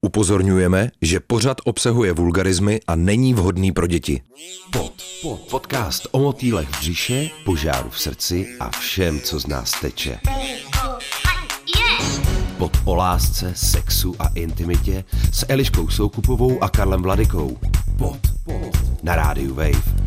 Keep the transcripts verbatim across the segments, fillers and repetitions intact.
Upozorňujeme, že pořad obsahuje vulgarizmy a není vhodný pro děti. Pod, pod, podcast o motýlech v břiše, požáru v srdci a všem, co z nás teče. Pod o lásce, sexu a intimitě s Eliškou Soukupovou a Karlem Vladykou. Pod, pod, na rádiu Wave.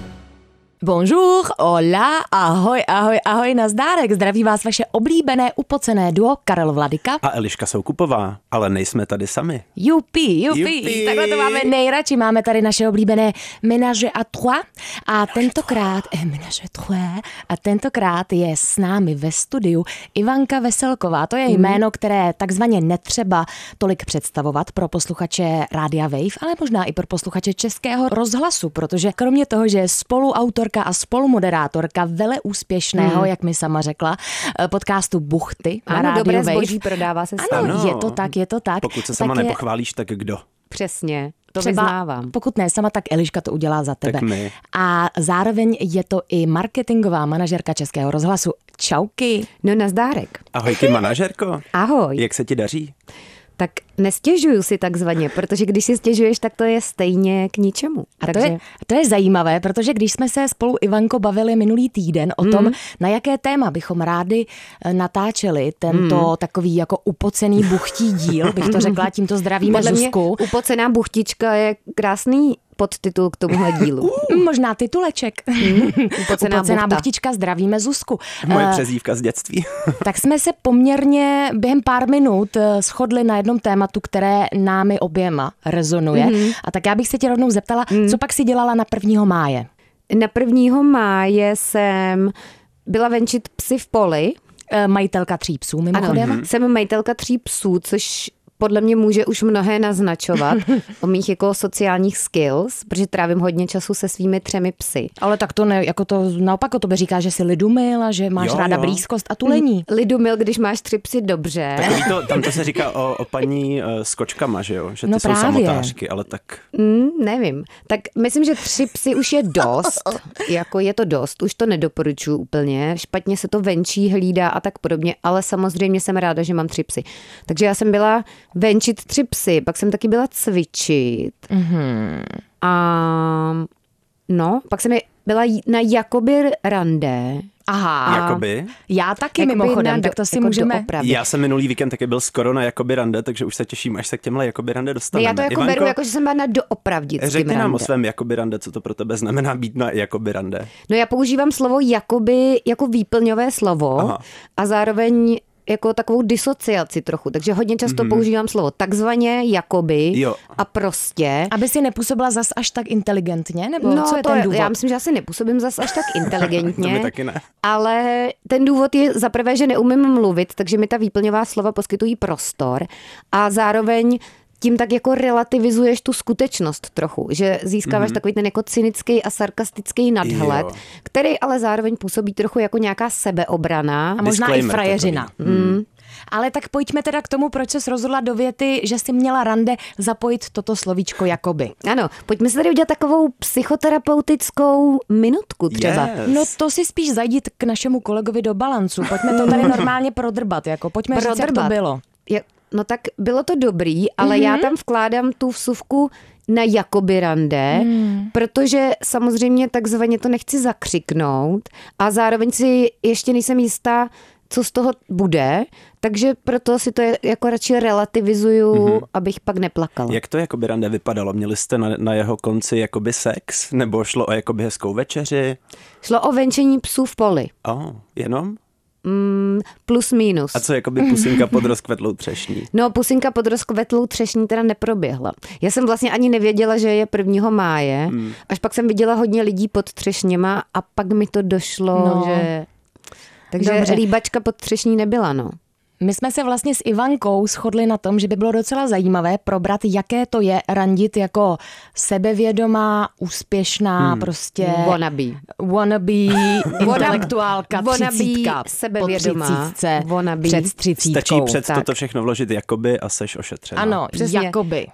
Bonjour, hola, ahoj, ahoj, ahoj, nazdárek. Zdraví vás vaše oblíbené upocené duo Karel Vladyka a Eliška Soukupová, ale nejsme tady sami. Jupi, jupi, jupi. Takhle to máme nejradši. Máme tady naše oblíbené ménage à trois a tentokrát, eh, ménage à trois, a tentokrát je s námi ve studiu Ivanka Veselková. To je hmm. jméno, které takzvaně netřeba tolik představovat pro posluchače Rádia Wave, ale možná i pro posluchače Českého rozhlasu, protože kromě toho, že je spoluautor a spolumoderátorka veleúspěšného, hmm. jak mi sama řekla, podcastu Buchty na ano, Rádiu dobré Wave. Zboží prodává se Ano, ano, je to tak, je to tak. Pokud se sama tak nepochválíš, tak kdo? Přesně, to třeba, vyznávám. Pokud ne sama, tak Eliška to udělá za tebe. Tak my. A zároveň je to i marketingová manažerka Českého rozhlasu. Čauky. No nazdárek. Ahoj ty manažerko. Ahoj. Jak se ti daří? Tak nestěžuju si takzvaně, protože když si stěžuješ, tak to je stejně k ničemu. A Takže... to, je, to je zajímavé, protože když jsme se spolu, Ivanko, bavili minulý týden o tom, mm. na jaké téma bychom rádi natáčeli tento mm. takový jako upocený buchtí díl, bych to řekla, tímto zdravíme Podle Zuzku. Mě upocená buchtička je krásný podtitul k tomuhle dílu. Uh, možná tituleček. Mm. Upocená, Upocená buchtička, zdravíme Zuzku. Moje přezdívka z dětství. Tak jsme se poměrně během pár minut shodli na jednom tématu, které námi oběma rezonuje. Mm-hmm. A tak já bych se tě rovnou zeptala, mm. co pak si dělala na prvního máje? Na prvního máje jsem byla venčit psy v poli. E, majitelka tří psů, mimochodem. Ano, jsem majitelka tří psů, což podle mě může už mnohé naznačovat o mých jako sociálních skills, protože trávím hodně času se svými třemi psy. Ale tak to ne, jako to naopak o tobě říká, že jsi lidumil a že máš jo, ráda jo. blízkost a tulení. Lidumil, když máš tři psy, dobře. Takový to, tam to se říká o, o paní uh, s kočkama, že jo? Že ty no jsou právě. samotářky, ale tak... Mm, nevím. Tak myslím, že tři psy už je dost. Jako je to dost. Už to nedoporučuji úplně. Špatně se to venčí, hlídá a tak podobně, ale samozřejmě jsem ráda, že mám tři psy. Takže já jsem byla venčit tři psy, pak jsem taky byla cvičit. Mm-hmm. A no, pak jsem byla na jakoby rande. Aha. Jakoby? Já taky Jakoby mimochodem, do, tak to si jako můžeme... doopravdy. Já jsem minulý víkend taky byl skoro na jakoby rande, takže už se těším, až se k těmhle jakoby rande dostaneme. No já to jako Ivanko, beru, jako že jsem byla na doopravdickým řekni nám rande. o svém jakoby rande, co to pro tebe znamená být na jakoby rande. No já používám slovo jakoby jako výplňové slovo. Aha. A zároveň jako takovou disociaci trochu, takže hodně často mm-hmm. používám slovo takzvaně, jakoby jo. a prostě. Aby si nepůsobila zas až tak inteligentně, nebo no, co je to ten je, důvod? Já myslím, že asi nepůsobím zas až tak inteligentně. To mi taky ne. Ale ten důvod je za prvé, že neumím mluvit, takže mi ta výplňová slova poskytují prostor a zároveň tím tak jako relativizuješ tu skutečnost trochu, že získáváš mm-hmm. takový ten jako cynický a sarkastický nadhled, jo. který ale zároveň působí trochu jako nějaká sebeobrana. A možná Disclaimer i frajeřina. Mm. Ale tak pojďme teda k tomu, proč ses rozhodla do věty, že jsi měla rande zapojit toto slovíčko jakoby. Ano, pojďme si tady udělat takovou psychoterapeutickou minutku třeba. Yes. No to si spíš zajít k našemu kolegovi do balancu. Pojďme to tady normálně prodrbat, jako pojďme říct, jak to bylo. Je, no tak bylo to dobrý, ale mm-hmm. já tam vkládám tu vsuvku na jakoby rande, mm. protože samozřejmě takzvaně to nechci zakřiknout a zároveň si ještě nejsem jistá, co z toho bude, takže proto si to jako radši relativizuju, mm-hmm. abych pak neplakala. Jak to jakoby rande vypadalo? Měli jste na, na jeho konci jakoby sex? Nebo šlo o jakoby hezkou večeři? Šlo o venčení psů v poli. Oh, jenom? Mm, plus minus. A co jakoby pusinka pod rozkvetlou třešní? No, pusinka pod rozkvetlou třešní teda neproběhla. Já jsem vlastně ani nevěděla, že je prvního máje, hmm. až pak jsem viděla hodně lidí pod třešněma a pak mi to došlo, no. že... Takže Dobře. líbačka pod třešní nebyla, no. My jsme se vlastně s Ivankou shodli na tom, že by bylo docela zajímavé probrat, jaké to je randit jako sebevědomá, úspěšná, hmm. prostě... Wannabe. Wannabe, intelektuálka, třicítka. Sebevědomá. Před třicítkou. Stačí před tak. toto všechno vložit jakoby a seš ošetřená. Ano, přesně. jakoby. Takže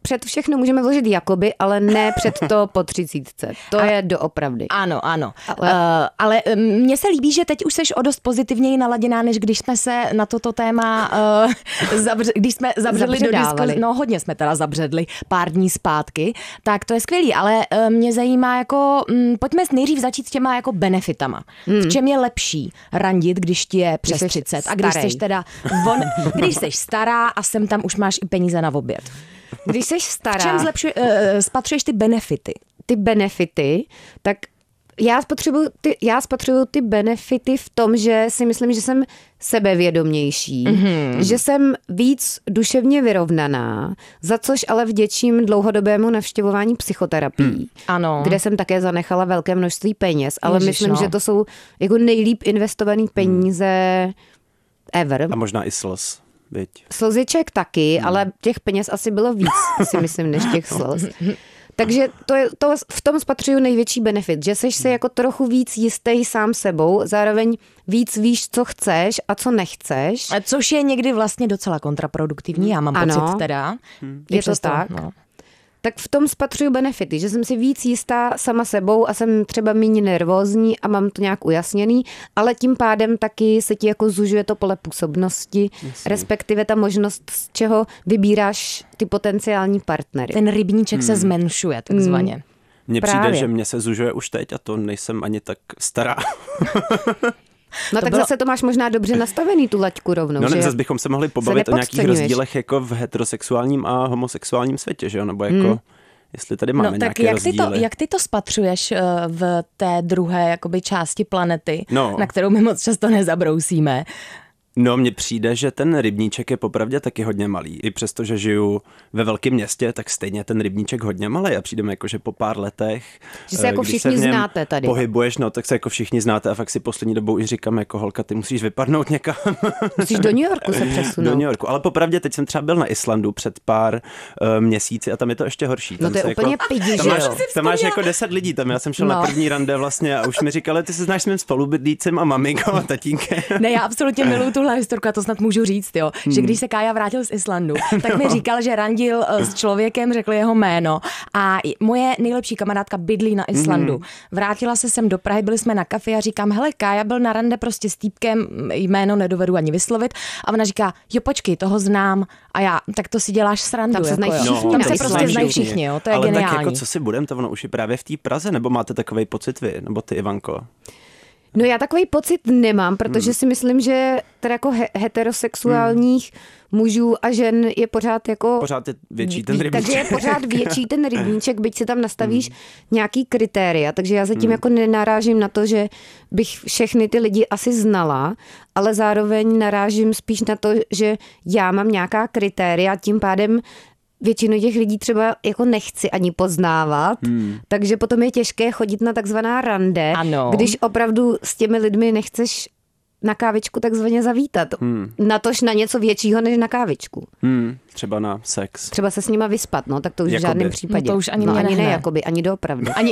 před všechno můžeme vložit jakoby, ale ne před to po třicítce. To a, je doopravdy. Ano, ano. Ale, uh, ale mně se líbí, že teď už seš o dost pozitivněji naladěná, než když jsme se na toto téma, uh, zabře, když jsme zabředli do diskuze, no hodně jsme teda zabředli pár dní zpátky, tak to je skvělý, ale uh, mě zajímá jako, um, pojďme nejdřív začít s těma jako benefitama. Hmm. V čem je lepší randit, když ti je přes třicet a když seš teda, von, když seš stará a sem tam už máš i peníze na oběd. Když seš stará. V čem zlepšuje, uh, spatřuješ ty benefity? Ty benefity, tak já spotřebuju ty, já spotřebuju ty benefity v tom, že si myslím, že jsem sebevědomější, mm-hmm. že jsem víc duševně vyrovnaná, za což ale vděčím dlouhodobému navštěvování psychoterapií, mm. ano. kde jsem také zanechala velké množství peněz, ale Ježiš, myslím, no. že to jsou jako nejlíp investované peníze ever. A možná i slz. Byť. Slziček taky, mm. ale těch peněz asi bylo víc, si myslím, než těch slz. Takže to je, to v tom spatřuju největší benefit, že seš si jako trochu víc jistý sám sebou, zároveň víc víš, co chceš a co nechceš. Což je někdy vlastně docela kontraproduktivní, já mám ano, pocit teda. Hmm. Je to tak. No. Tak v tom spatřuju benefity, že jsem si víc jistá sama sebou a jsem třeba méně nervózní a mám to nějak ujasněný, ale tím pádem taky se ti jako zužuje to pole působnosti, Jasně. respektive ta možnost, z čeho vybíráš ty potenciální partnery. Ten rybníček hmm. se zmenšuje takzvaně. Mně Právě. přijde, že mě se zužuje už teď a to nejsem ani tak stará. No to tak bylo... zase to máš možná dobře nastavený, tu laťku rovnou. No ne, že zase bychom se mohli pobavit o nějakých rozdílech jako v heterosexuálním a homosexuálním světě, že jo? Nebo jako, hmm. jestli tady máme no, nějaké tak jak rozdíly. ty, to, jak ty to spatřuješ v té druhé jakoby části planety, no. na kterou my moc často nezabrousíme? No, mně přijde, že ten rybníček je popravdě taky hodně malý. I přesto, že žiju ve velkém městě, tak stejně ten rybníček hodně malý a přijdeme jako, že po pár letech, že se jako když všichni se v něm znáte tady. pohybuješ, no tak se jako všichni znáte a fakt si poslední dobou i říkám jako holka, ty musíš vypadnout někam. Musíš do New Yorku se přesunout. Do New Yorku, ale popravdě teď jsem třeba byl na Islandu před pár uh, měsíci a tam je to ještě horší. Tam no to je se úplně jako, pidi, tam že máš, jo? tam máš jako deset lidí, tam já jsem šel no. na první rande vlastně a už mi říkali, ty se znáš s mým spolubydlícem a maminkou a tatínkem. Ne, já absolutně miluju tuhle historku a to snad můžu říct, jo, hmm. že když se Kája vrátil z Islandu, tak mi říkal, že randil s člověkem, řekl jeho jméno a moje nejlepší kamarádka bydlí na Islandu. Hmm. Vrátila se sem do Prahy, byli jsme na kafi a říkám, hele, Kája byl na rande prostě s týpkem, jméno nedovedu ani vyslovit a ona říká, jo počkej, toho znám a já, tak to si děláš srandu. Tam se znají jako, všichni. No, tam na se Islandu. prostě znají všichni, jo, to je ale geniální. Ale tak jako co si budem, to ono už je právě v té Praze, nebo máte takovej pocit vy, nebo ty, Ivanko? No já takový pocit nemám, protože hmm. si myslím, že teda jako he- heterosexuálních hmm. mužů a žen je pořád jako... Pořád je větší ten rybníček. Takže je pořád větší ten rybníček, byť si tam nastavíš hmm. nějaký kritéria. Takže já zatím hmm. jako nenarážím na to, že bych všechny ty lidi asi znala, ale zároveň narážím spíš na to, že já mám nějaká kritéria, tím pádem většinu těch lidí třeba jako nechci ani poznávat, hmm. takže potom je těžké chodit na takzvaná rande, ano. když opravdu s těmi lidmi nechceš na kávičku takzvaně zavítat. Hmm. Natož na něco většího než na kávičku. Hmm. Třeba na sex. Třeba se s nima vyspat, no, tak to už jakoby. V žádném případě. No to už ani, no, ani ne, ne, jakoby, ani doopravdy. Ani...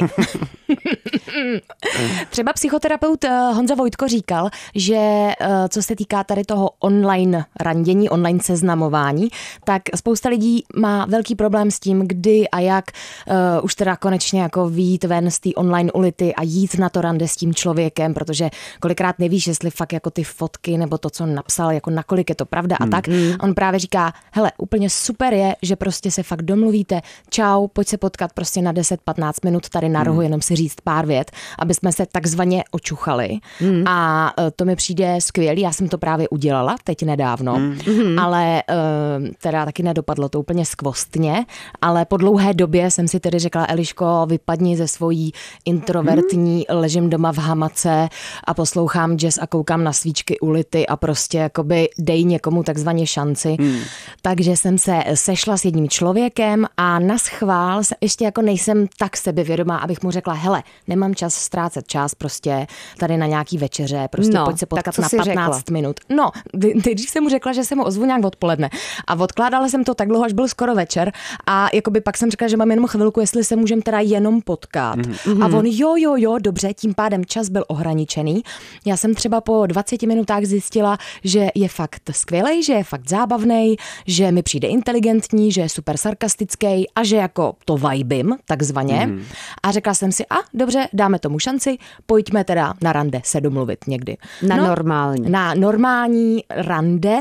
Třeba psychoterapeut Honza Vojtko říkal, že co se týká tady toho online randění, online seznamování, tak spousta lidí má velký problém s tím, kdy a jak uh, už teda konečně jako vyjít ven z té online ulity a jít na to rande s tím člověkem, protože kolikrát nevíš, jestli fakt jako ty fotky nebo to, co napsal, jako nakolik je to pravda a tak. Hmm. On právě říká, hele, úplně super je, že prostě se fakt domluvíte, čau, pojď se potkat prostě na deset patnáct minut tady na rohu, hmm. jenom si říct pár vět, aby jsme se takzvaně očuchali. Hmm. A to mi přijde skvělý, já jsem to právě udělala teď nedávno, hmm. ale teda taky nedopadlo to úplně skvostně, ale po dlouhé době jsem si tedy řekla, Eliško, vypadni ze svojí introvertní, hmm. ležím doma v hamace a poslouchám jazz a koukám na svíčky ulity a prostě jakoby dej někomu takzvaně šanci. Hmm. Takže jsem se sešla s jedním člověkem a naschvál ještě jako nejsem tak sebevědomá, abych mu řekla, hele, nemám čas ztrácet čas prostě tady na nějaký večeře, prostě no, pojď se potkat na řekla? patnáct minut. No, když jsem mu řekla, že jsem mu ozvu nějak odpoledne a odkládala jsem to tak dlouho, až byl skoro večer a jakoby pak jsem řekla, že mám jenom chvilku, jestli se můžem teda jenom potkat. Mm-hmm. A on jo, jo, jo, dobře, tím pádem čas byl ohraničený. Já jsem třeba po dvaceti minutách zjistila, že je fakt skvělej, že je fakt zábavnej, že mi přijde inteligentní, že je super sarkastický a že jako to vibím, takzvaně. Mm. A řekla jsem si, a dobře, dáme tomu šanci, pojďme teda na rande se domluvit někdy. Na no, normální. Na normální rande.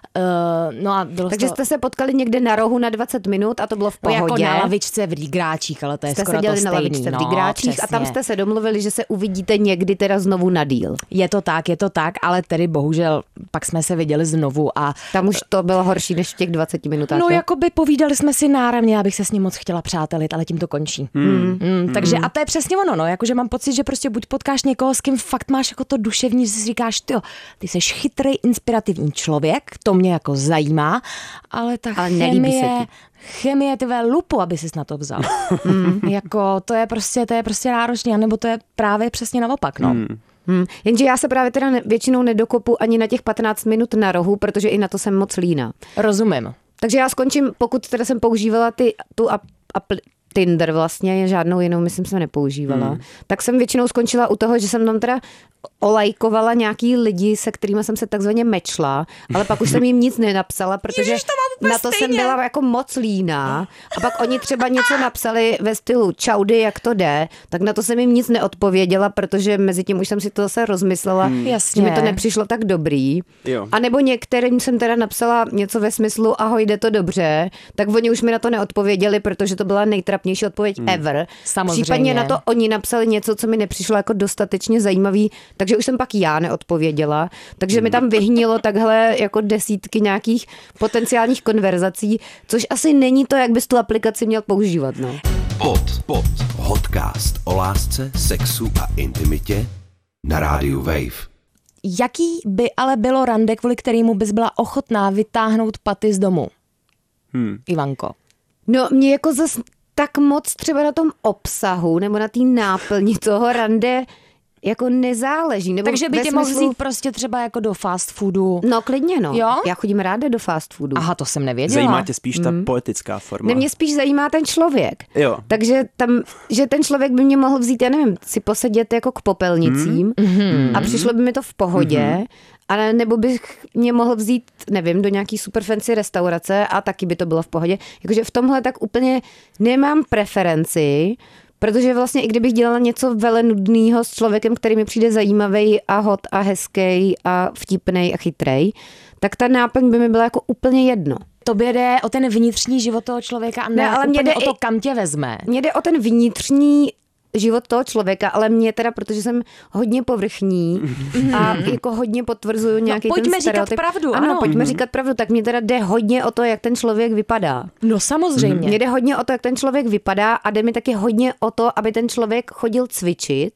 Uh, no a bylo Takže to... jste se potkali někde na rohu na dvacet minut a to bylo v pohodě. Jako na lavičce v Rýgráčích, ale to je jste skoro to seděli stejný. na lavičce v no, Rýgráčích a tam jste se domluvili, že se uvidíte někdy teda znovu na díl. Je to tak, je to tak, ale tedy bohužel pak jsme se viděli znovu a... Tam už to bylo horší než v těch dvaceti minutách. No jo? jako by povídali jsme si náramně, abych se s ním moc chtěla přátelit, ale tím to končí. Hmm. Hmm. Hmm. Takže a to je přesně ono, no, jakože mám pocit, že prostě buď potkáš někoho, s kým fakt máš jako to duševní, že si říkáš, tyjo, ty jsi chytrý, inspirativní člověk, to mě jako zajímá, ale ta ale chemie... se ti. Chemie, ty ve lupu, aby ses na to vzal. mm. Jako to je prostě, to je prostě náročný, anebo to je právě přesně naopak, no. Mm. Hmm. Jenže já se právě teda ne, většinou nedokopu ani na těch patnáct minut na rohu, protože i na to jsem moc líná. Rozumím. Takže já skončím, pokud teda jsem používala ty, tu ap, ap, Tinder vlastně, žádnou jinou, myslím, jsem nepoužívala, hmm. tak jsem většinou skončila u toho, že jsem tam teda olajkovala nějaký lidi, se kterými jsem se takzvaně mečla, ale pak už jsem jim nic nenapsala, protože Ježiš, to na to stejně. Jsem byla jako moc líná a pak oni třeba něco napsali ve stylu čaudy, jak to jde, tak na to jsem jim nic neodpověděla, protože mezi tím už jsem si to zase rozmyslela, hmm. že mi to nepřišlo tak dobrý. Jo. A nebo některým jsem teda napsala něco ve smyslu ahoj, jde to dobře, tak oni už mi na to neodpověděli, protože to byla nejtrapnější odpověď hmm. ever. Samozřejmě. Případně na to oni napsali něco, co mi nepřišlo jako dostatečně zajímavý, takže už jsem pak já neodpověděla, takže mi tam vyhnilo takhle jako desítky nějakých potenciálních konverzací, což asi není to, jak bys tu aplikaci měl používat. No. Pod, pod, podcast o lásce, sexu a intimitě na rádiu Wave. Jaký by ale bylo rande, kvůli kterému bys byla ochotná vytáhnout paty z domu? Hmm. Ivanko. No mě jako zas tak moc třeba na tom obsahu nebo na té náplni toho rande jako nezáleží. Nebo takže by tě smyslu... mohl vzít prostě třeba jako do fast foodu. No klidně no. Jo? Já chodím ráda do fast foodu. Aha, to jsem nevěděla. Zajímá tě spíš ta mm. poetická forma. Ne, mě spíš zajímá ten člověk. Jo. Takže tam, že ten člověk by mě mohl vzít, já nevím, si posedět jako k popelnicím mm. a přišlo by mi to v pohodě. Mm. Ale nebo bych mě mohl vzít, nevím, do nějaký super fancy restaurace a taky by to bylo v pohodě. Jakože v tomhle tak úplně nemám preferenci, protože vlastně i kdybych dělala něco vele nudného s člověkem, který mi přijde zajímavý a hot a hezký a vtipnej a chytrej, tak ta náplň by mi byla jako úplně jedno. Tobě jde o ten vnitřní život toho člověka a ne, ne ale úplně jde o to, i, kam tě vezme. Mně jde o ten vnitřní život toho člověka, ale mě teda, protože jsem hodně povrchní a jako hodně potvrzuju nějaký no, ten stereotyp. Pojďme říkat pravdu, ano. ano. Pojďme říkat pravdu, tak mě teda jde hodně o to, jak ten člověk vypadá. No samozřejmě. Mně jde hodně o to, jak ten člověk vypadá a jde mi taky hodně o to, aby ten člověk chodil cvičit.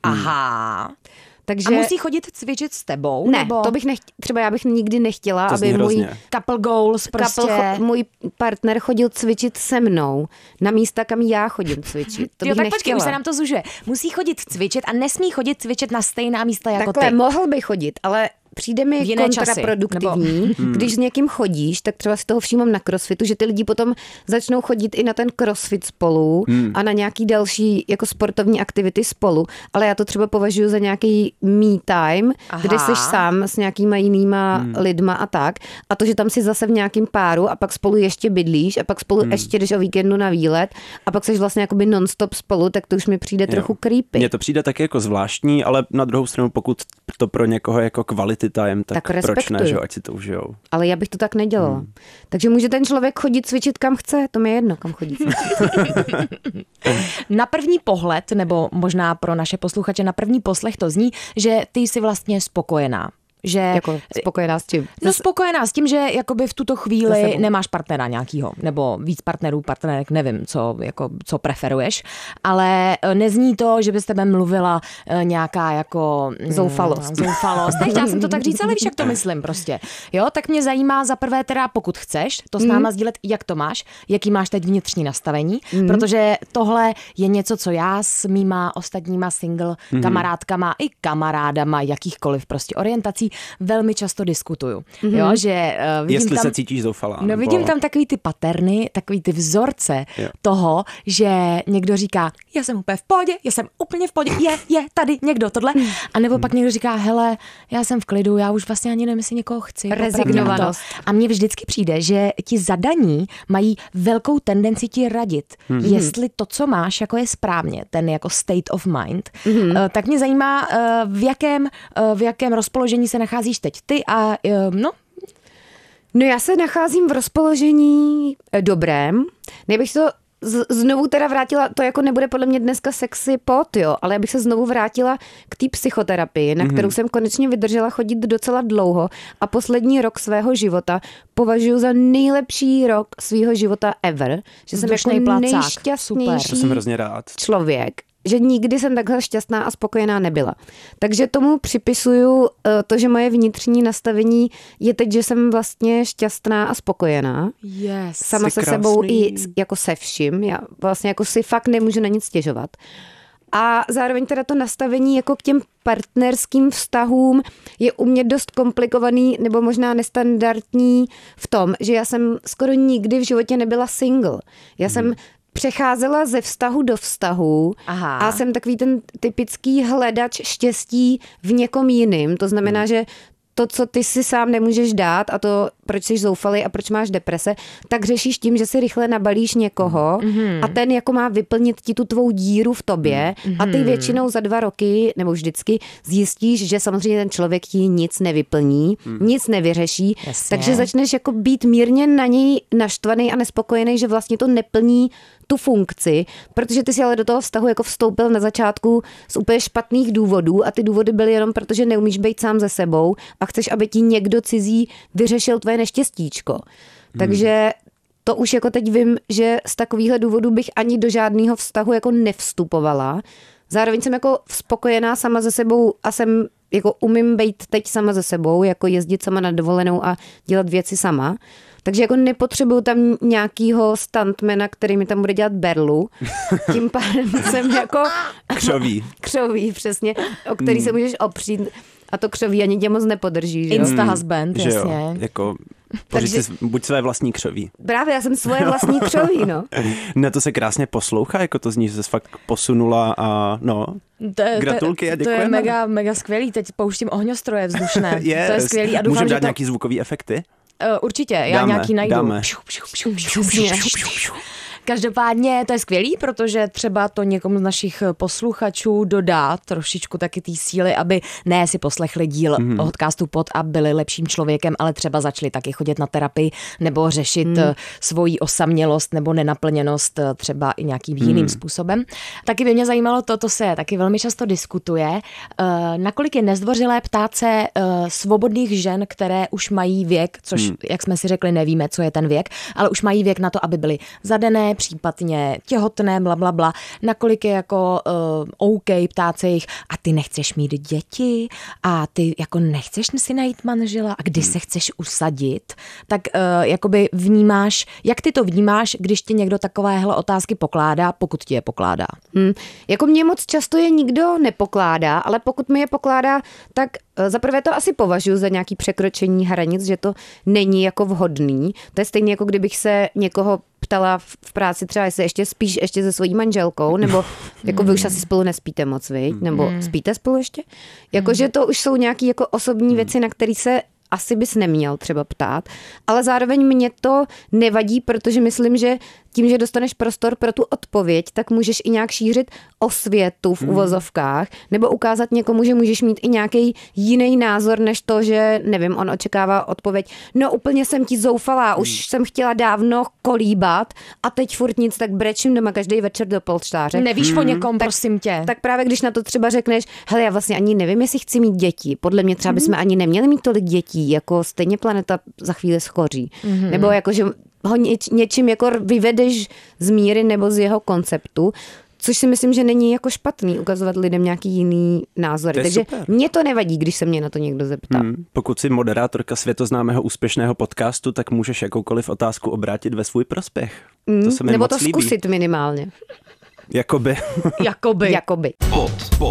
Aha. Takže... A musí chodit cvičit s tebou? Ne, nebo? to bych nechtěla, třeba já bych nikdy nechtěla, to aby můj couple goals prostě. Couple, můj partner chodil cvičit se mnou na místa, kam já chodím cvičit. To jo, bych tak nechtěla. počkej, už se nám to zužuje. Musí chodit cvičit a nesmí chodit cvičit na stejná místa jako Takhle, ty. mohl by chodit, ale přijde mi kontraproduktivní, nebo... když s někým chodíš, tak třeba si toho všímám na crossfitu, že ty lidi potom začnou chodit i na ten crossfit spolu hmm. a na nějaký další jako sportovní aktivity spolu, ale já to třeba považuji za nějaký me time, Aha. kde jsi sám s nějakýma jinýma hmm. lidma a tak a to, že tam si zase v nějakým páru a pak spolu ještě bydlíš a pak spolu hmm. ještě jdeš o víkendu na výlet a pak jsi vlastně jakoby non-stop spolu, tak to už mi přijde jo. trochu creepy. Mně to přijde taky jako zvláštní, ale na druhou stranu, pokud to pro někoho jako kvality time, tak, tak proč ne, že ať si to užijou. Ale já bych to tak nedělala. Hmm. Takže může ten člověk chodit cvičit kam chce, to mi je jedno, kam chodí cvičit. Na první pohled, nebo možná pro naše posluchače na první poslech to zní, že ty jsi vlastně spokojená. Že, jako spokojená s tím? No spokojená s tím, že jakoby v tuto chvíli nemáš partnera nějakýho, nebo víc partnerů, partnerek, nevím, co, jako, co preferuješ, ale nezní to, že by s tebe mluvila nějaká jako... Zoufalost. Zoufalost. Nechtěla jsem to tak říct, ale víš, jak to myslím prostě. Jo, tak mě zajímá za prvé teda, pokud chceš, to s náma mm. sdílet, jak to máš, jaký máš teď vnitřní nastavení, mm. protože tohle je něco, co já s mýma ostatníma single mm. kamarádkama i kamarádama jakýchkoliv prostě orientací velmi často diskutuju. Mm-hmm. Jo, že uh, vidím Jestli tam, se cítíš zoufalá. No nebo... vidím tam takový ty paterny, takový ty vzorce jo. toho, že někdo říká, já jsem úplně v pohodě, já jsem úplně v pohodě, je, je, tady někdo, tohle. A nebo pak někdo říká, hele, já jsem v klidu, já už vlastně ani nevím, jestli někoho chci. Rezignovanost. A mně vždycky přijde, že ti zadaní mají velkou tendenci ti radit, mm-hmm. jestli to, co máš, jako je správně, ten jako state of mind. Mm-hmm. Tak mě zajímá, v jakém, v jakém rozpoložení se nacházíš teď ty a no, No já se nacházím v rozpoložení dobrém. Nebych to z- znovu teda vrátila, to jako nebude podle mě dneska sexy pod, jo, ale já bych se znovu vrátila k té psychoterapii, na kterou mm-hmm. jsem konečně vydržela chodit docela dlouho a poslední rok svého života považuji za nejlepší rok svého života ever. Že jsem Vzdušnej jako placák. nejšťastnější To jsem hrozně rád. člověk. Že nikdy jsem takhle šťastná a spokojená nebyla. Takže tomu připisuju to, že moje vnitřní nastavení je teď, že jsem vlastně šťastná a spokojená. Yes, sama se krásný. sebou i jako se vším. Já vlastně jako si fakt nemůžu na nic stěžovat. A zároveň teda to nastavení jako k těm partnerským vztahům je u mě dost komplikovaný nebo možná nestandardní v tom, že já jsem skoro nikdy v životě nebyla single. Já hmm. jsem přecházela ze vztahu do vztahu Aha. a jsem takový ten typický hledač štěstí v někom jiným. To znamená, hmm. že to, co ty si sám nemůžeš dát a to, proč jsi zoufalý a proč máš deprese, tak řešíš tím, že si rychle nabalíš někoho mm-hmm. a ten jako má vyplnit ti tu tvou díru v tobě mm-hmm. a ty většinou za dva roky nebo vždycky zjistíš, že samozřejmě ten člověk ti nic nevyplní, mm. nic nevyřeší, Jasně. takže začneš jako být mírně na něj naštvaný a nespokojený, že vlastně to neplní tu funkci, protože ty si ale do toho vztahu jako vstoupil na začátku z úplně špatných důvodů a ty důvody byly jenom proto, že neumíš být sám ze sebou a chceš, aby ti někdo cizí vyřešil tvoje neštěstíčko. Hmm. Takže to už jako teď vím, že z takovýchhle důvodů bych ani do žádného vztahu jako nevstupovala. Zároveň jsem jako spokojená sama ze sebou a jsem jako umím být teď sama ze sebou, jako jezdit sama na dovolenou a dělat věci sama. Takže jako nepotřebuju tam nějakýho stuntmana, který mi tam bude dělat berlu. Tím pádem jsem jako... Křoví. Křoví, přesně, o který se můžeš opřít. A to křoví ani tě moc nepodrží, že jo? Insta husband, že jasně. Jo, jako... Pořiď si buď své vlastní křoví. Právě, já jsem svoje vlastní křoví, no. Ne, to se krásně poslouchá, jako to zní, že jsi fakt posunula a no... To je, Gratulky a děkujeme. To je mega, mega skvělý, teď pouštím ohňostroje vzdušné. Yes. To je skvělý a doufám, Můžeme že dát to... nějaký zvukový efekty? Uh, určitě, já dáme, nějaký najdu. Dáme. Každopádně to je skvělý, protože třeba to někomu z našich posluchačů dodá trošičku taky té síly, aby ne si poslechli díl mm. podcastu Pod a byli lepším člověkem, ale třeba začali taky chodit na terapii nebo řešit mm. svoji osamělost nebo nenaplněnost třeba i nějakým mm. jiným způsobem. Taky by mě zajímalo to, to se taky velmi často diskutuje, nakolik je nezdvořilé ptát se svobodných žen, které už mají věk, což, mm. jak jsme si řekli, nevíme, co je ten věk, ale už mají věk na to, aby byly zadané, případně těhotné, bla, bla, bla. Nakolik je jako uh, OK ptát se jich, a ty nechceš mít děti a ty jako nechceš si najít manžela a kdy hmm. se chceš usadit, tak uh, jakoby vnímáš, jak ty to vnímáš, když ti někdo takovéhle otázky pokládá, pokud ti je pokládá? Hmm. Jako mě moc často je nikdo nepokládá, ale pokud mi je pokládá, tak zaprvé to asi považuji za nějaký překročení hranic, že to není jako vhodný. To je stejně jako kdybych se někoho ptala v práci třeba, jestli ještě spíš ještě se svojí manželkou, nebo jako vy už asi spolu nespíte moc, viď? Nebo spíte spolu ještě? Jakože to už jsou nějaké jako osobní věci, na které se asi bys neměl třeba ptát, ale zároveň mě to nevadí, protože myslím, že tím, že dostaneš prostor pro tu odpověď, tak můžeš i nějak šířit osvětu v uvozovkách, nebo ukázat někomu, že můžeš mít i nějaký jiný názor, než to, že, nevím, on očekává odpověď, no úplně jsem ti zoufalá, už jsem chtěla dávno kolíbat a teď furt nic, tak brečím doma každý večer do polštáře. Nevíš hmm. po někom, tak, prosím tě. Tak právě když na to třeba řekneš, hele, já vlastně ani nevím, jestli chci mít děti, podle mě třeba bychom ani neměli mít tolik dětí, jako stejně planeta za chvíli schoří. Mm-hmm. Nebo jako, že ho něč, něčím jako vyvedeš z míry nebo z jeho konceptu, což si myslím, že není jako špatný ukazovat lidem nějaký jiný názor. Takže super. Mě to nevadí, když se mě na to někdo zeptá. Hmm. Pokud jsi moderátorka světoznámého úspěšného podcastu, tak můžeš jakoukoliv otázku obrátit ve svůj prospěch. Hmm. To se mi nebo moc to líbí. zkusit minimálně. Jakoby. Jakoby. Jakoby. Pod, pod, podcast.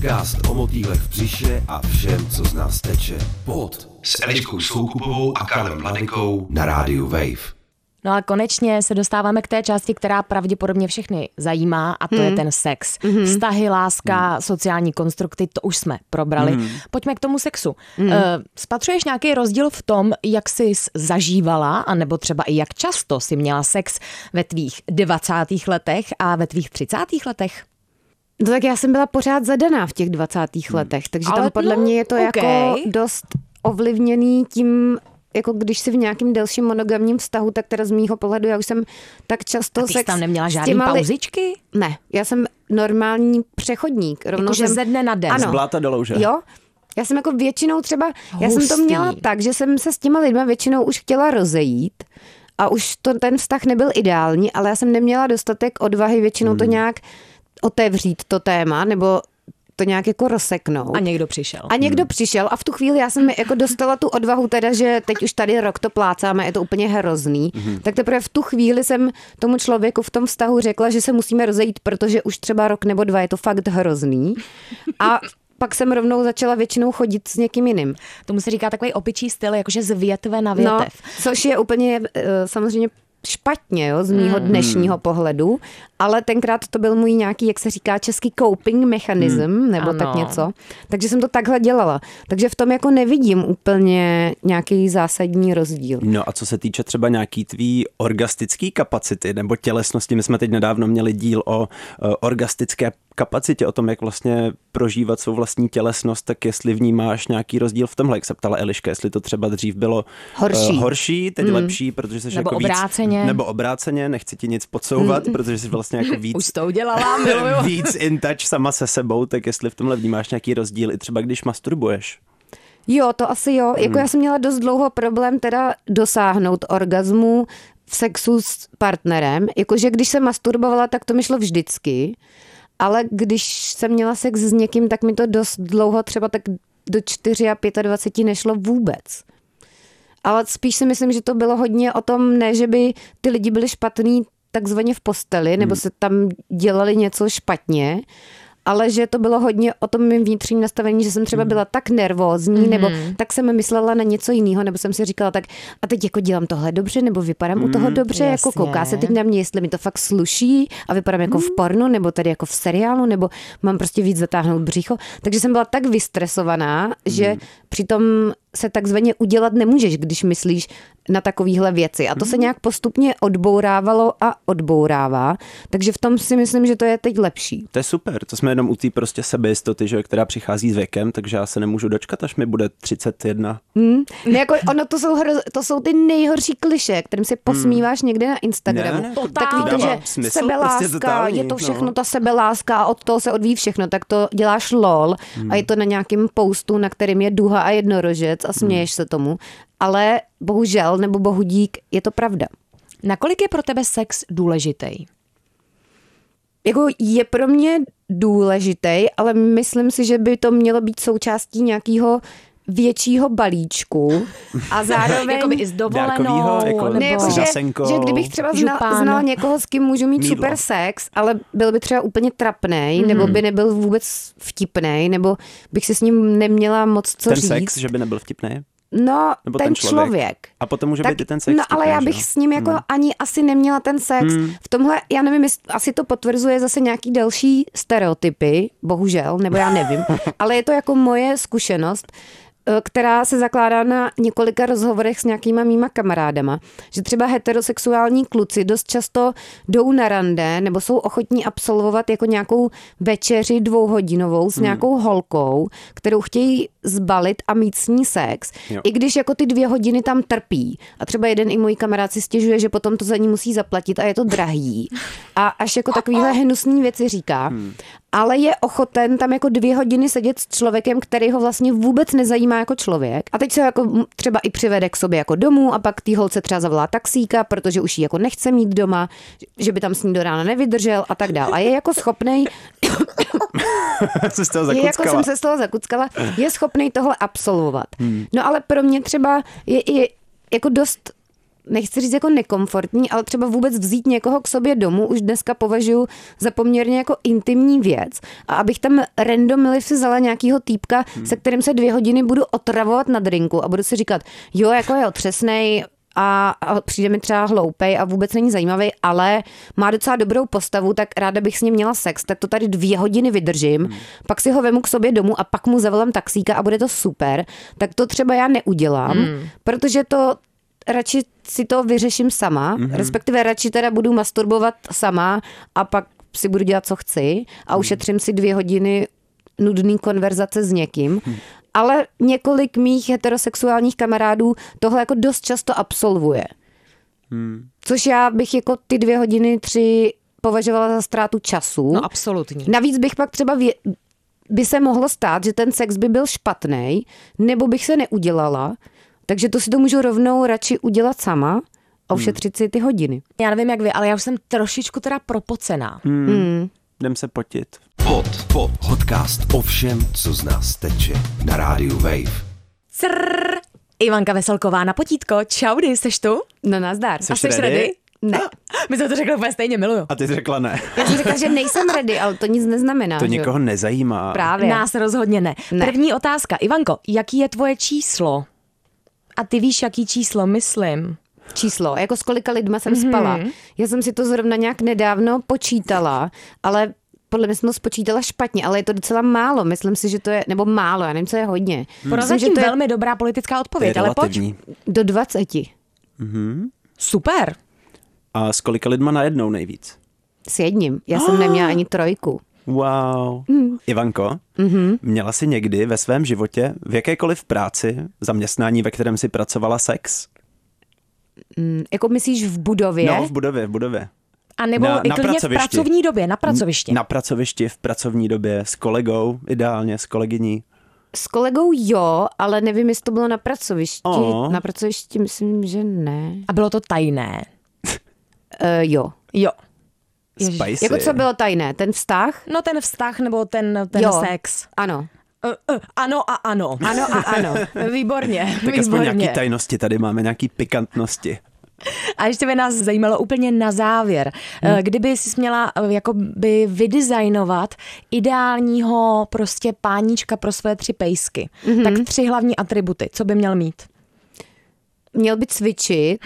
Podcast o motýlech v břiše a všem, co z nás teče. Pod s Eliškou Soukupovou a Karlem Mladenkou na rádiu Wave. No a konečně se dostáváme k té části, která pravděpodobně všechny zajímá, a to hmm. je ten sex. Hmm. Vztahy, láska, hmm. sociální konstrukty, to už jsme probrali. Hmm. Pojďme k tomu sexu. Hmm. Uh, spatřuješ nějaký rozdíl v tom, jak jsi zažívala, anebo třeba i jak často jsi měla sex ve tvých dvacátých letech a ve tvých třicátých letech? No tak já jsem byla pořád zadaná v těch dvacátých hmm. letech, takže Ale tam podle no, mě je to okay. jako dost ovlivněný tím, jako když jsi v nějakém delším monogamním vztahu, tak teda z mýho pohledu já už jsem tak často a ty sex... jsi tam neměla žádný li... pauzičky? Ne, já jsem normální přechodník. Rovnou Jakože jsem... ze dne na den. Z bláta do louže. Jo, já jsem jako většinou třeba, Hustý. já jsem to měla tak, že jsem se s těma lidma většinou už chtěla rozejít a už to, ten vztah nebyl ideální, ale já jsem neměla dostatek odvahy většinou hmm. to nějak otevřít to téma, nebo to nějak jako rozseknout. A někdo přišel. A někdo hmm. přišel a v tu chvíli já jsem jako dostala tu odvahu teda, že teď už tady rok to plácáme, je to úplně hrozný. Hmm. Tak teprve v tu chvíli jsem tomu člověku v tom vztahu řekla, že se musíme rozejít, protože už třeba rok nebo dva je to fakt hrozný. A pak jsem rovnou začala většinou chodit s někým jiným. Tomu se říká takový opičí styl, jakože z větve na větev. No, což je úplně samozřejmě špatně, jo, z mýho dnešního pohledu, ale tenkrát to byl můj nějaký, jak se říká český coping mechanism, hmm. nebo ano. tak něco. Takže jsem to takhle dělala. Takže v tom jako nevidím úplně nějaký zásadní rozdíl. No a co se týče třeba nějaký tvý orgastický kapacity nebo tělesnosti, my jsme teď nedávno měli díl o uh, orgastické kapacitě, o tom, jak vlastně prožívat svou vlastní tělesnost, tak jestli vnímáš nějaký rozdíl v tomhle, jak se ptala Eliška, jestli to třeba dřív bylo horší, uh, horší teď hmm. lepší, protože jsi nebo jako obráceně. víc, nebo obráceně, nechci ti nic podsouvat, hmm. protože jsi vlastně jako víc, už to udělala, miluju. víc in touch sama se sebou, tak jestli v tomhle vnímáš nějaký rozdíl i třeba když masturbuješ. Jo, to asi jo. Jako hmm. já jsem měla dost dlouho problém teda dosáhnout orgazmu v sexu s partnerem. Jakože když jsem masturbovala, tak to mi šlo vždycky. Ale když jsem měla sex s někým, tak mi to dost dlouho, třeba tak do dvacet čtyři a nešlo vůbec. Ale spíš si myslím, že to bylo hodně o tom, ne, že by ty lidi byli špatný takzvaně v posteli, nebo se tam dělali něco špatně, ale že to bylo hodně o tom mým vnitřním nastavení, že jsem třeba byla tak nervózní, mm. nebo tak jsem myslela na něco jiného, nebo jsem si říkala tak a teď jako dělám tohle dobře, nebo vypadám mm, u toho dobře, jasně. jako kouká se teď na mě, jestli mi to fakt sluší a vypadám jako mm. v pornu, nebo tady jako v seriálu, nebo mám prostě víc zatáhnout břicho. Takže jsem byla tak vystresovaná, mm. že přitom se takzvaně udělat nemůžeš, když myslíš na takovýhle věci. A to se nějak postupně odbourávalo a odbourává. Takže v tom si myslím, že to je teď lepší. To je super. To jsme jenom u té prostě sebejistoty, že, která přichází s věkem, takže já se nemůžu dočkat, až mi bude třicet jedna. Hmm. Ne, jako ono to jsou, hroz, to jsou ty nejhorší klišé, kterým si posmíváš hmm. někde na Instagramu. Ne, ne, to takový to, že smysl, sebeláska, prostě je to všechno no. ta sebeláska a od toho se odvíjí všechno, tak to děláš lol hmm. a je to na nějakém postu, na kterým je duha a jednorožec a směješ hmm. se tomu. Ale bohužel, nebo bohudík, je to pravda. Nakolik je pro tebe sex důležitý? Jako je pro mě důležitý, ale myslím si, že by to mělo být součástí nějakého většího balíčku a zároveň jakoby i s dovolenou, jako ne, jako že, že kdybych třeba znal, znal někoho, s kým můžu mít Mídlo. super sex, ale byl by třeba úplně trapnej, mm. nebo by nebyl vůbec vtipnej, nebo bych si s ním neměla moc co ten říct. Ten sex, že by nebyl vtipnej? No, nebo ten, ten člověk. člověk. A potom může tak, být i ten sex. No, ale já bych že? s ním jako hmm. ani asi neměla ten sex. Hmm. V tomhle, já nevím, asi to potvrzuje zase nějaký další stereotypy, bohužel, nebo já nevím, ale je to jako moje zkušenost, která se zakládá na několika rozhovorech s nějakýma mýma kamarádama, že třeba heterosexuální kluci dost často jdou na rande nebo jsou ochotní absolvovat jako nějakou večeři dvouhodinovou s nějakou holkou, kterou chtějí zbalit a mít s ní sex, jo. i když jako ty dvě hodiny tam trpí. A třeba jeden i můj kamarád si stěžuje, že potom to za ní musí zaplatit a je to drahý. A až jako takovýhle hnusný věci říká. Hmm. Ale je ochoten tam jako dvě hodiny sedět s člověkem, který ho vlastně vůbec nezajímá jako člověk. A teď se jako třeba i přivede k sobě jako domů a pak tý holce třeba zavolá taxíka, protože už ji jako nechce mít doma, že by tam s ní do rána nevydržel a tak dál. A je jako schopnej je jako jsem se z toho zakuckala, je schopnej tohle absolvovat. Hmm. No ale pro mě třeba je, je jako dost nechci říct jako nekomfortní, ale třeba vůbec vzít někoho k sobě domů už dneska považuji za poměrně jako intimní věc. A abych tam randomly si vzala nějakýho týpka, hmm. se kterým se dvě hodiny budu otravovat na drinku a budu si říkat, jo, jako je otřesnej, A, a přijde mi třeba hloupej a vůbec není zajímavý, ale má docela dobrou postavu, tak ráda bych s ním měla sex, tak to tady dvě hodiny vydržím, hmm. pak si ho vemu k sobě domů a pak mu zavolám taxíka a bude to super, tak to třeba já neudělám, hmm. protože to radši si to vyřeším sama, hmm. respektive radši teda budu masturbovat sama a pak si budu dělat, co chci a ušetřím si dvě hodiny nudný konverzace s někým. Hmm. Ale několik mých heterosexuálních kamarádů tohle jako dost často absolvuje. Hmm. Což já bych jako ty dvě hodiny, tři považovala za ztrátu času. No absolutně. Navíc bych pak třeba vě- by se mohlo stát, že ten sex by byl špatný, nebo bych se neudělala, takže to si to můžu rovnou radši udělat sama a ušetřit si ty hodiny. Já nevím jak vy, ale já už jsem trošičku teda propocená. Hmm. Hmm. Jdem se potit. Pod, pod, podcast o všem, co z nás teče na rádiu Wave. Crrr. Ivanka Veselková na potítko. Čaudy, seš tu? No nazdar. Jsi A jsi ready? ready? Ne. My jsme to řekli úplně stejně, miluju. A ty jsi řekla ne. Já jsem řekla, že nejsem ready, ale to nic neznamená. To že? nikoho nezajímá. Právě. Nás rozhodně ne. Ne. První otázka. Ivanko, jaký je tvoje číslo? A ty víš, jaký číslo myslím? Číslo, jako s kolika lidma jsem mm-hmm. spala. Já jsem si to zrovna nějak nedávno počítala, ale podle mě jsem to spočítala špatně, ale je to docela málo. Myslím si, že to je, nebo málo, já nevím, co je hodně. Prozatím to je velmi dobrá politická odpověď, To je ale pojď. relativní. do dvaceti. Mhm. Super. A s kolika lidma najednou nejvíc? S jedním. Já jsem neměla ani trojku. Wow. Mm. Ivanko, mm-hmm. měla jsi někdy ve svém životě v jakékoliv práci, zaměstnání, ve kterém jsi pracovala, sex? Mm, jako myslíš v budově? No, v budově, v budově. A nebo Na- i na klidně v pracovišti. pracovní době, na pracovišti. Na pracovišti, v pracovní době, s kolegou, ideálně s kolegyní. S kolegou jo, ale nevím, jestli to bylo na pracovišti. Oh. Na pracovišti myslím, že ne. A bylo to tajné. Uh, jo. Jo. Ježiš. Spicy. Jako co bylo tajné? Ten vztah? No ten vztah nebo ten, ten Jo. sex. Ano. Uh, uh, ano a ano. Ano a ano. Výborně, Tak aspoň výborně. nějaký tajnosti tady máme, nějaký pikantnosti. A ještě by nás zajímalo úplně na závěr. Hmm. Kdyby jsi měla jakoby vydesignovat ideálního prostě páníčka pro své tři pejsky, mm-hmm. tak tři hlavní atributy, co by měl mít? Měl by cvičit.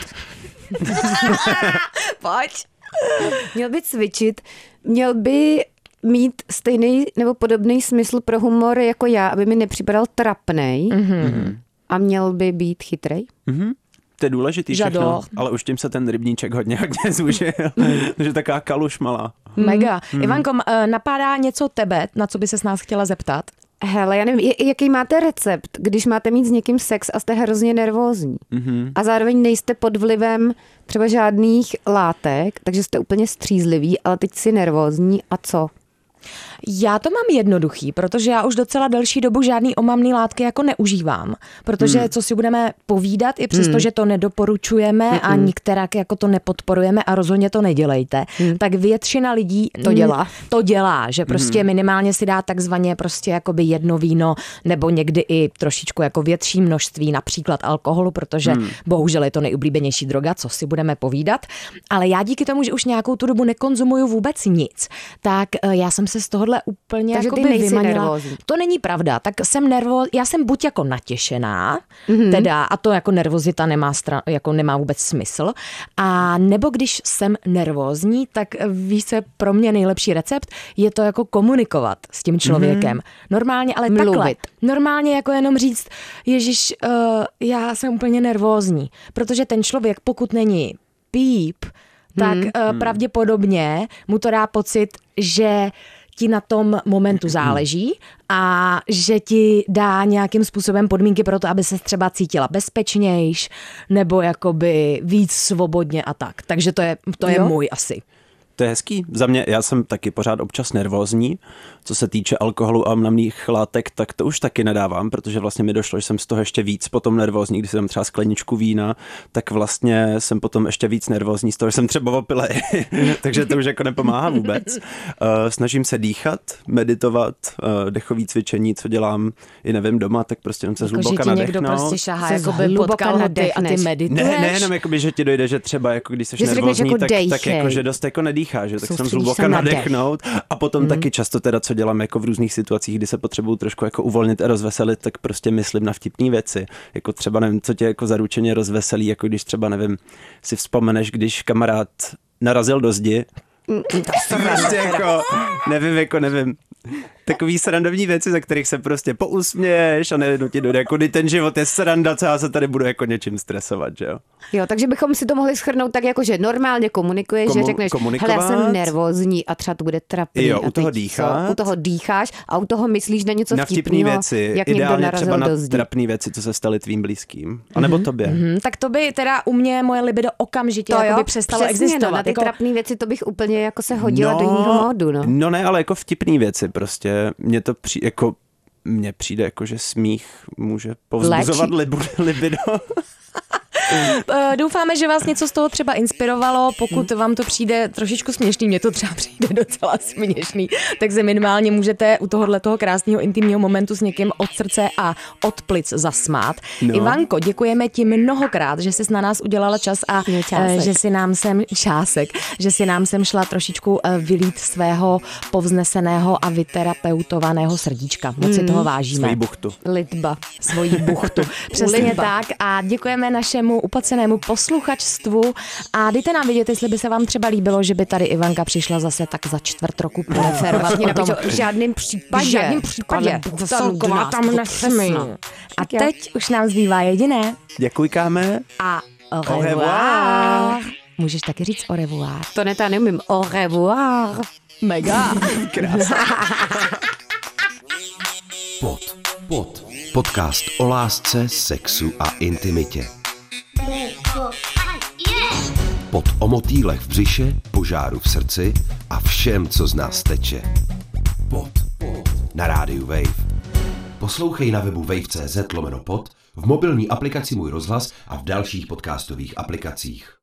Pojď. Měl by cvičit. Měl by mít stejný nebo podobný smysl pro humor jako já, aby mi nepřipadal trapnej. Mm-hmm. A měl by být chytrej. Mhm. To je důležitý všechno, Žado. ale už tím se ten rybníček hodně, hodně zúžil. Takže taková kaluš malá. Mega. Hmm. Ivanko, napadá něco tebe, na co by se s nás chtěla zeptat? Hele, já nevím, jaký máte recept, když máte mít s někým sex a jste hrozně nervózní. Mm-hmm. A zároveň nejste pod vlivem třeba žádných látek, takže jste úplně střízliví, ale teď si nervózní a co? Já to mám jednoduchý, protože já už docela delší dobu žádný omamný látky jako neužívám, protože hmm. co si budeme povídat, i přesto, hmm. že to nedoporučujeme hmm. a nikterak jako to nepodporujeme a rozhodně to nedělejte, hmm. tak většina lidí to dělá. To dělá, že prostě hmm. minimálně si dá takzvaně prostě jakoby jedno víno nebo někdy i trošičku jako větší množství, například alkoholu, protože hmm. bohužel je to nejoblíbenější droga, co si budeme povídat, ale já díky tomu, že už nějakou tu dobu nekonzumuju vůbec nic, tak já jsem se z tohohle úplně takže jakoby ty nejsi vymanila. nervózní. To není pravda, tak jsem nervo, já jsem buď jako natěšená, mm-hmm. teda, a to jako nervozita nemá, stra, jako nemá vůbec smysl, a nebo když jsem nervózní, tak víš, co je pro mě nejlepší recept, je to jako komunikovat s tím člověkem. Mm-hmm. Normálně, ale Mluvit. takhle. Normálně jako jenom říct, Ježíš, uh, já jsem úplně nervózní, protože ten člověk, pokud není píp, tak mm. uh, pravděpodobně mu to dá pocit, že ti na tom momentu záleží a že ti dá nějakým způsobem podmínky pro to, aby se třeba cítila bezpečnějš nebo jakoby víc svobodně a tak. Takže to je, to je můj asi. To je hezký. Za mě, já jsem taky pořád občas nervózní, co se týče alkoholu a omamných látek, tak to už taky nedávám, protože vlastně mi došlo, že jsem z toho ještě víc potom nervózní, když jsem třeba skleničku vína, tak vlastně jsem potom ještě víc nervózní z toho, že jsem třeba opile, takže to už jako nepomáhá vůbec. Uh, snažím se dýchat, meditovat, uh, dechový cvičení, co dělám i nevím doma, tak prostě jenom se jako, zhluboka že ti nadechnout. někdo prostě šahá, Se jako by zhluboka potkal ho ty a ty nadechneš. medituješ. Ne, nejenom jakoby, že ti dojde, že třeba jako když jsi Že jsi nervózní, jako tak, dejchej. tak jako, že dost jako nedýcháš, že? Tak jsem Soustředíš zhluboka se na dech. nadechnout a potom mm. taky často teda, co dělám jako v různých situacích, kdy se potřebuju trošku jako uvolnit a rozveselit, tak prostě myslím na vtipné věci. Jako třeba nevím, co tě jako zaručeně rozveselí, jako když třeba nevím, si vzpomeneš, když kamarád narazil do zdi. Prostě jako, nevím, jako nevím. Takový srandovní věci, za kterých se prostě pousměješ a nejednou ti dojde, jako kdy ten život je sranda, co já se tady budu jako něčím stresovat, že jo? Jo, takže bychom si to mohli shrnout tak jako, že normálně komunikuješ, Komu- že řekneš, hele, já jsem nervózní a třeba to bude trapný. Jo, a u toho teď dýchat. co? U toho dýcháš a u toho myslíš na něco Na vtipný vtipného, věci, jak někdo ideálně narazil třeba na do zdi. trapný věci, co se staly tvým blízkým. A nebo tobě. Hmm, tak to by teda u mě moje libido okamžitě To jako jo, by přestalo přesně, existovat. No, na ty jako... trapný věci to bych úplně jako se hodila do jiného módu, no. No ne, ale jako vtipný věci prostě. Mně to přijde jako, mně přijde jako, že smích může povzbuzovat libu, libido. Doufáme, že vás něco z toho třeba inspirovalo. Pokud vám to přijde trošičku směšný, mně to třeba přijde docela směšný, tak se minimálně můžete u tohohle toho krásného intimního momentu s někým od srdce a od plic zasmát. No. Ivanko, děkujeme ti mnohokrát, že jsi na nás udělala čas a čásek. že si nám sem čásek, že si nám sem šla trošičku vylít svého povzneseného a vyterapeutovaného srdíčka. Moc si toho vážíme. Svojí buchtu. Litba. Svojí buchtu. Přesně Litba. tak a děkujeme našemu uplacenému posluchačstvu a dejte nám vědět, jestli by se vám třeba líbilo, že by tady Ivanka přišla zase tak za čtvrt roku poreferovat o tom. V žádném případě. V žádném případě. Celková tam nesmí. A teď už nám zbývá jediné Děkujkáme. a au Au revoir. revoir. Můžeš taky říct au revoir. To ne, ta neumím. Au revoir. Mega. Krásně. Pod, pod. Podcast o lásce, sexu a intimitě. Pod o motýlech v břiše, požáru v srdci a všem, co z nás teče. Pod, pod. Na rádiu Wave. Poslouchej na webu wave tečka cz lomeno pod, v mobilní aplikaci Můj rozhlas a v dalších podcastových aplikacích.